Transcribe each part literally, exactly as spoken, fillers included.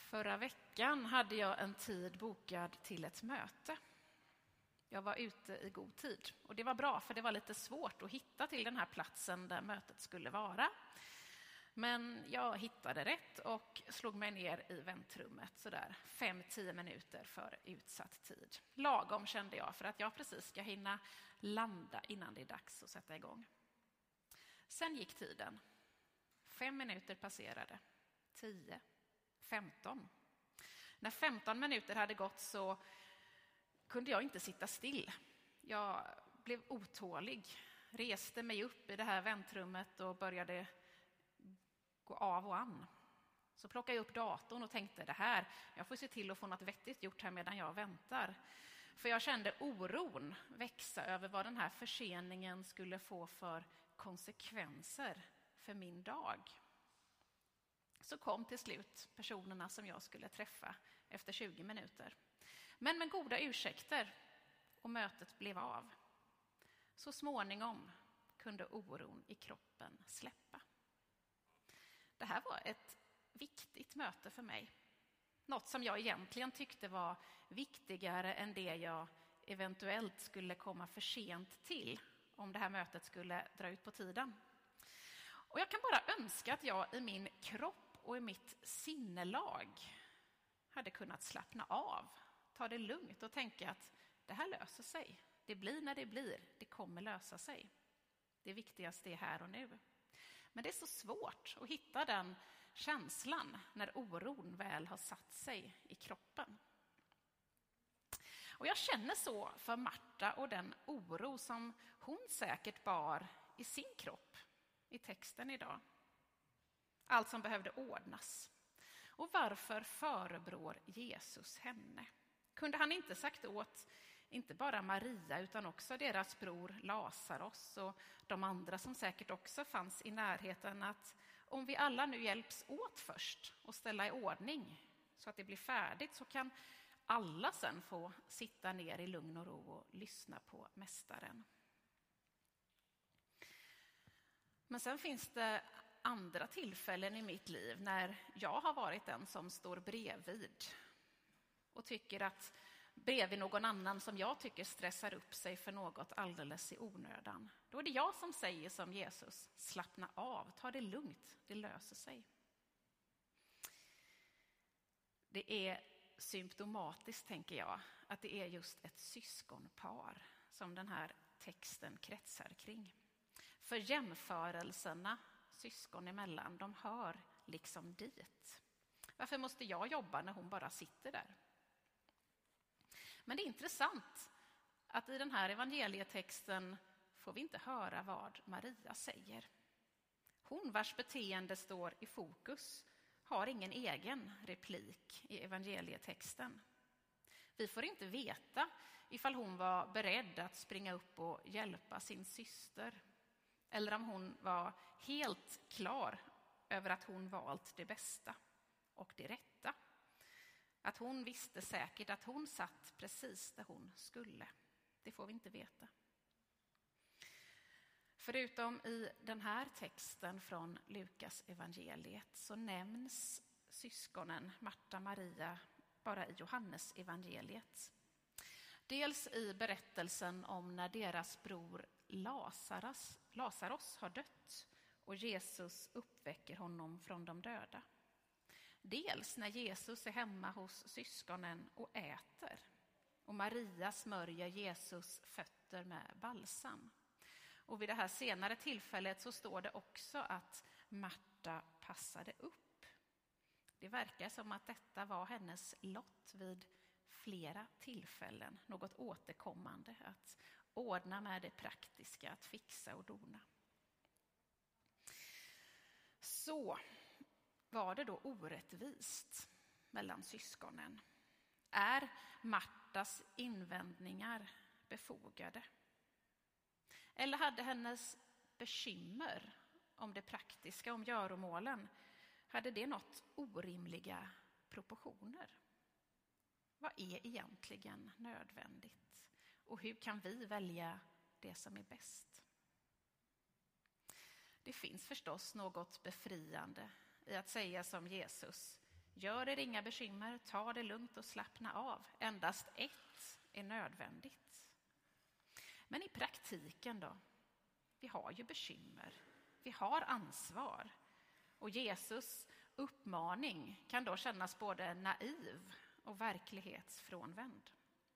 Förra veckan hade jag en tid bokad till ett möte. Jag var ute i god tid och det var bra, för det var lite svårt att hitta till den här platsen där mötet skulle vara. Men jag hittade rätt och slog mig ner i väntrummet så där fem till tio minuter för utsatt tid. Lagom, kände jag, för att jag precis ska hinna landa innan det är dags att sätta igång. Sen gick tiden. Fem minuter passerade. Tio. femton. När femton minuter hade gått så kunde jag inte sitta still. Jag blev otålig, reste mig upp i det här väntrummet och började gå av och an. Så plockade jag upp datorn och tänkte, det här, jag får se till att få något vettigt gjort här medan jag väntar. För jag kände oron växa över vad den här förseningen skulle få för konsekvenser för min dag. Så kom till slut personerna som jag skulle träffa efter tjugo minuter. Men med goda ursäkter, och mötet blev av. Så småningom kunde oron i kroppen släppa. Det här var ett viktigt möte för mig. Något som jag egentligen tyckte var viktigare än det jag eventuellt skulle komma för sent till om det här mötet skulle dra ut på tiden. Och jag kan bara önska att jag i min kropp och i mitt sinnelag hade kunnat slappna av, ta det lugnt och tänka att det här löser sig. Det blir när det blir, det kommer lösa sig. Det viktigaste är här och nu. Men det är så svårt att hitta den känslan när oron väl har satt sig i kroppen. Och jag känner så för Marta och den oro som hon säkert bar i sin kropp i texten idag. Allt som behövde ordnas. Och varför förebrår Jesus henne? Kunde han inte sagt åt inte bara Maria utan också deras bror Lazarus och de andra som säkert också fanns i närheten att om vi alla nu hjälps åt först och ställa i ordning så att det blir färdigt, så kan alla sen få sitta ner i lugn och ro och lyssna på mästaren. Men sen finns det andra tillfällen i mitt liv när jag har varit den som står bredvid och tycker att bredvid någon annan som jag tycker stressar upp sig för något alldeles i onödan. Då är det jag som säger som Jesus, slappna av, ta det lugnt, det löser sig. Det är symptomatiskt, tänker jag, att det är just ett syskonpar som den här texten kretsar kring. För jämförelserna syskon emellan, de hör liksom dit. Varför måste jag jobba när hon bara sitter där? Men det är intressant att i den här evangelietexten får vi inte höra vad Maria säger. Hon vars beteende står i fokus har ingen egen replik i evangelietexten. Vi får inte veta ifall hon var beredd att springa upp och hjälpa sin syster. Eller om hon var helt klar över att hon valt det bästa och det rätta. Att hon visste säkert att hon satt precis där hon skulle. Det får vi inte veta. Förutom i den här texten från Lukas evangeliet så nämns syskonen Marta Maria bara i Johannes evangeliet. Dels i berättelsen om när deras bror Lazarus, Lazarus har dött och Jesus uppväcker honom från de döda. Dels när Jesus är hemma hos syskonen och äter och Maria smörjer Jesus fötter med balsam. Och vid det här senare tillfället så står det också att Marta passade upp. Det verkar som att detta var hennes lott vid flera tillfällen, något återkommande, att ordna med det praktiska, att fixa och dona. Så var det då orättvist mellan syskonen? Är Martas invändningar befogade? Eller hade hennes bekymmer om det praktiska, om göromålen, hade det nått orimliga proportioner? Vad är egentligen nödvändigt? Och hur kan vi välja det som är bäst? Det finns förstås något befriande i att säga som Jesus: Gör er inga bekymmer, ta det lugnt och slappna av. Endast ett är nödvändigt. Men i praktiken då? Vi har ju bekymmer. Vi har ansvar. Och Jesus uppmaning kan då kännas både naiv och verklighetsfrånvänd.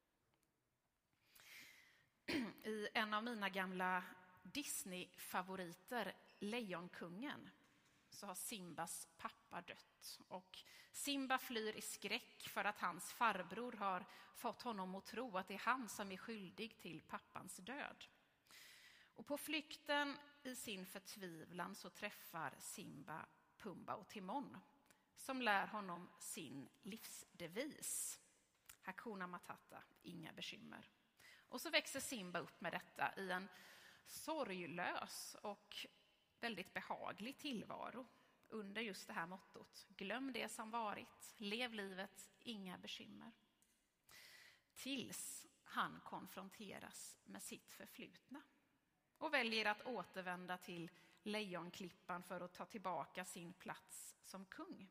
I en av mina gamla Disney-favoriter, Lejonkungen, så har Simbas pappa dött. Och Simba flyr i skräck för att hans farbror har fått honom att tro att det är han som är skyldig till pappans död. Och på flykten i sin förtvivlan så träffar Simba Pumba och Timon som lär honom sin livsdevis. Hakuna Matata, inga bekymmer. Och så växer Simba upp med detta i en sorglös och väldigt behaglig tillvaro under just det här mottot. Glöm det som varit, lev livet, inga bekymmer. Tills han konfronteras med sitt förflutna och väljer att återvända till Lejonklippan för att ta tillbaka sin plats som kung.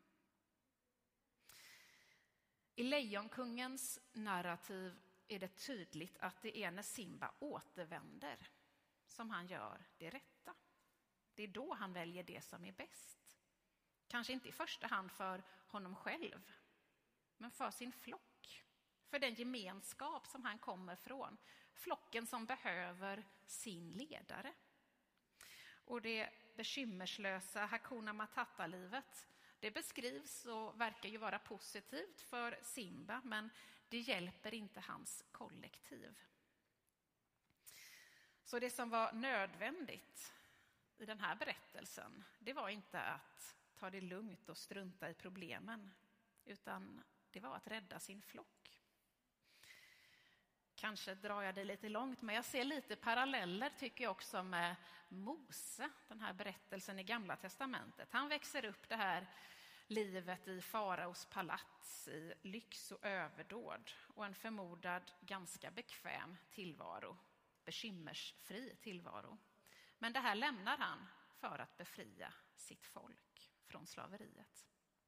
I Lejonkungens narrativ är det tydligt att det är när Simba återvänder som han gör det rätta. Det är då han väljer det som är bäst. Kanske inte i första hand för honom själv, men för sin flock. För den gemenskap som han kommer från. Flocken som behöver sin ledare. Och det bekymmerslösa Hakuna Matata-livet, det beskrivs och verkar ju vara positivt för Simba, men det hjälper inte hans kollektiv. Så det som var nödvändigt i den här berättelsen, det var inte att ta det lugnt och strunta i problemen, utan det var att rädda sin flock. Kanske drar jag det lite långt, men jag ser lite paralleller tycker jag också med Mose, den här berättelsen i Gamla testamentet. Han växer upp det här livet i faraos palats, i lyx och överdåd och en förmodad ganska bekväm tillvaro, bekymmersfri tillvaro. Men det här lämnar han för att befria sitt folk från slaveriet.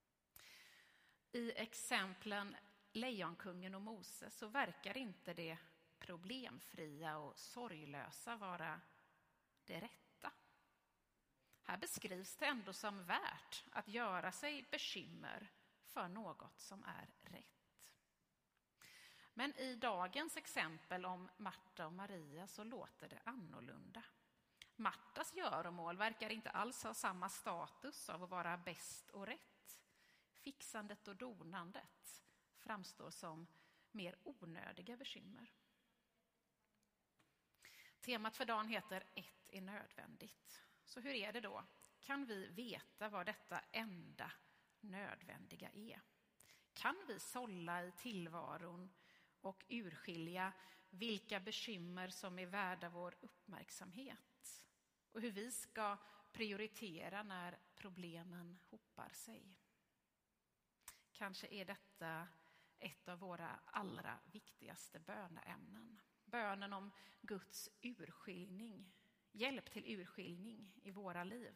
I exemplen Lejonkungen och Mose så verkar inte det problemfria och sorglösa vara det rätta. Här beskrivs det ändå som värt att göra sig bekymmer för något som är rätt. Men i dagens exempel om Marta och Maria så låter det annorlunda. Martas göromål verkar inte alls ha samma status av att vara bäst och rätt. Fixandet och donandet framstår som mer onödiga bekymmer. Temat för dagen heter Ett är nödvändigt. Så hur är det då? Kan vi veta vad detta enda nödvändiga är? Kan vi sålla i tillvaron och urskilja vilka bekymmer som är värda vår uppmärksamhet? Och hur vi ska prioritera när problemen hopar sig? Kanske är detta ett av våra allra viktigaste böneämnen. Bönen om Guds urskiljning, hjälp till urskiljning i våra liv.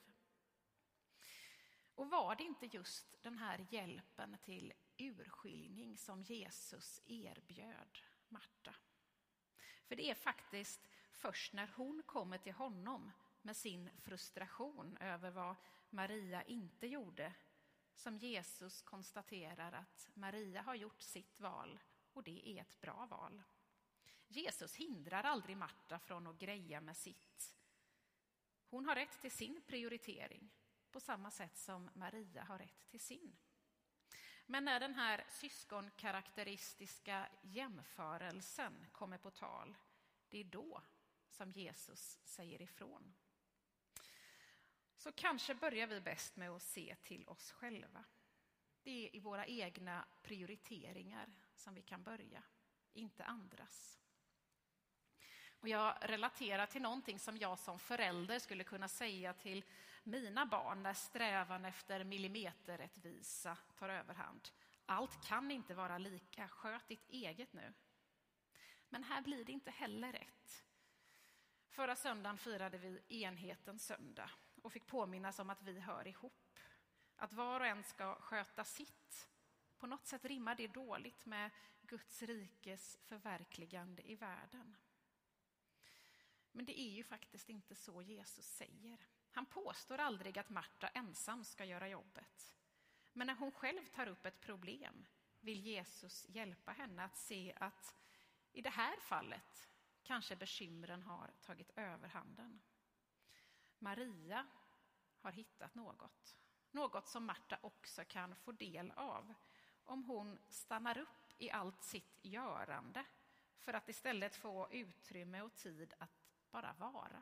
Och var det inte just den här hjälpen till urskiljning som Jesus erbjöd Marta? För det är faktiskt först när hon kommer till honom med sin frustration över vad Maria inte gjorde som Jesus konstaterar att Maria har gjort sitt val och det är ett bra val. Jesus hindrar aldrig Marta från att greja med sitt. Hon har rätt till sin prioritering på samma sätt som Maria har rätt till sin. Men när den här syskonkaraktäristiska jämförelsen kommer på tal, det är då som Jesus säger ifrån. Så kanske börjar vi bäst med att se till oss själva. Det är i våra egna prioriteringar som vi kan börja, inte andras. Och jag relaterar till någonting som jag som förälder skulle kunna säga till mina barn när strävan efter millimeterrättvisa tar överhand. Allt kan inte vara lika, sköt ditt eget nu. Men här blir det inte heller rätt. Förra söndagen firade vi enhetens söndag och fick påminnas om att vi hör ihop. Att var och en ska sköta sitt På något sätt rimmar det dåligt med Guds rikes förverkligande i världen. Men det är ju faktiskt inte så Jesus säger. Han påstår aldrig att Marta ensam ska göra jobbet. Men när hon själv tar upp ett problem vill Jesus hjälpa henne att se att i det här fallet kanske bekymren har tagit överhanden. Maria har hittat något. Något som Marta också kan få del av om hon stannar upp i allt sitt görande för att istället få utrymme och tid att bara vara.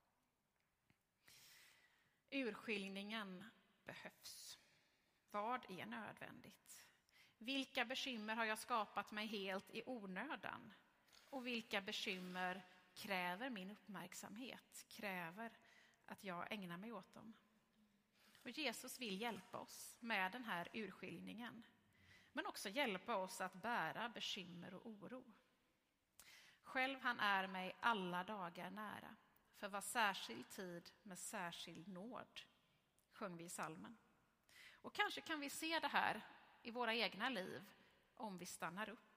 Urskiljningen behövs. Vad är nödvändigt? Vilka bekymmer har jag skapat mig helt i onödan? Och vilka bekymmer kräver min uppmärksamhet, kräver att jag ägnar mig åt dem? Och Jesus vill hjälpa oss med den här urskiljningen, men också hjälpa oss att bära bekymmer och oro. Själv han är mig alla dagar nära, för var särskild tid med särskild nåd, sjöng vi i salmen. Och kanske kan vi se det här i våra egna liv om vi stannar upp.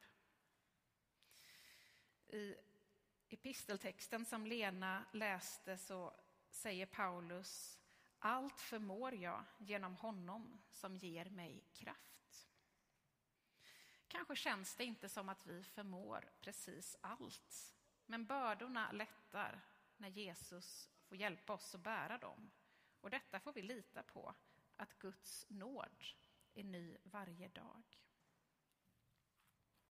I episteltexten som Lena läste så säger Paulus: allt förmår jag genom honom som ger mig kraft. Kanske känns det inte som att vi förmår precis allt, men bördorna lättar när Jesus får hjälpa oss att bära dem. Och detta får vi lita på, att Guds nåd är ny varje dag.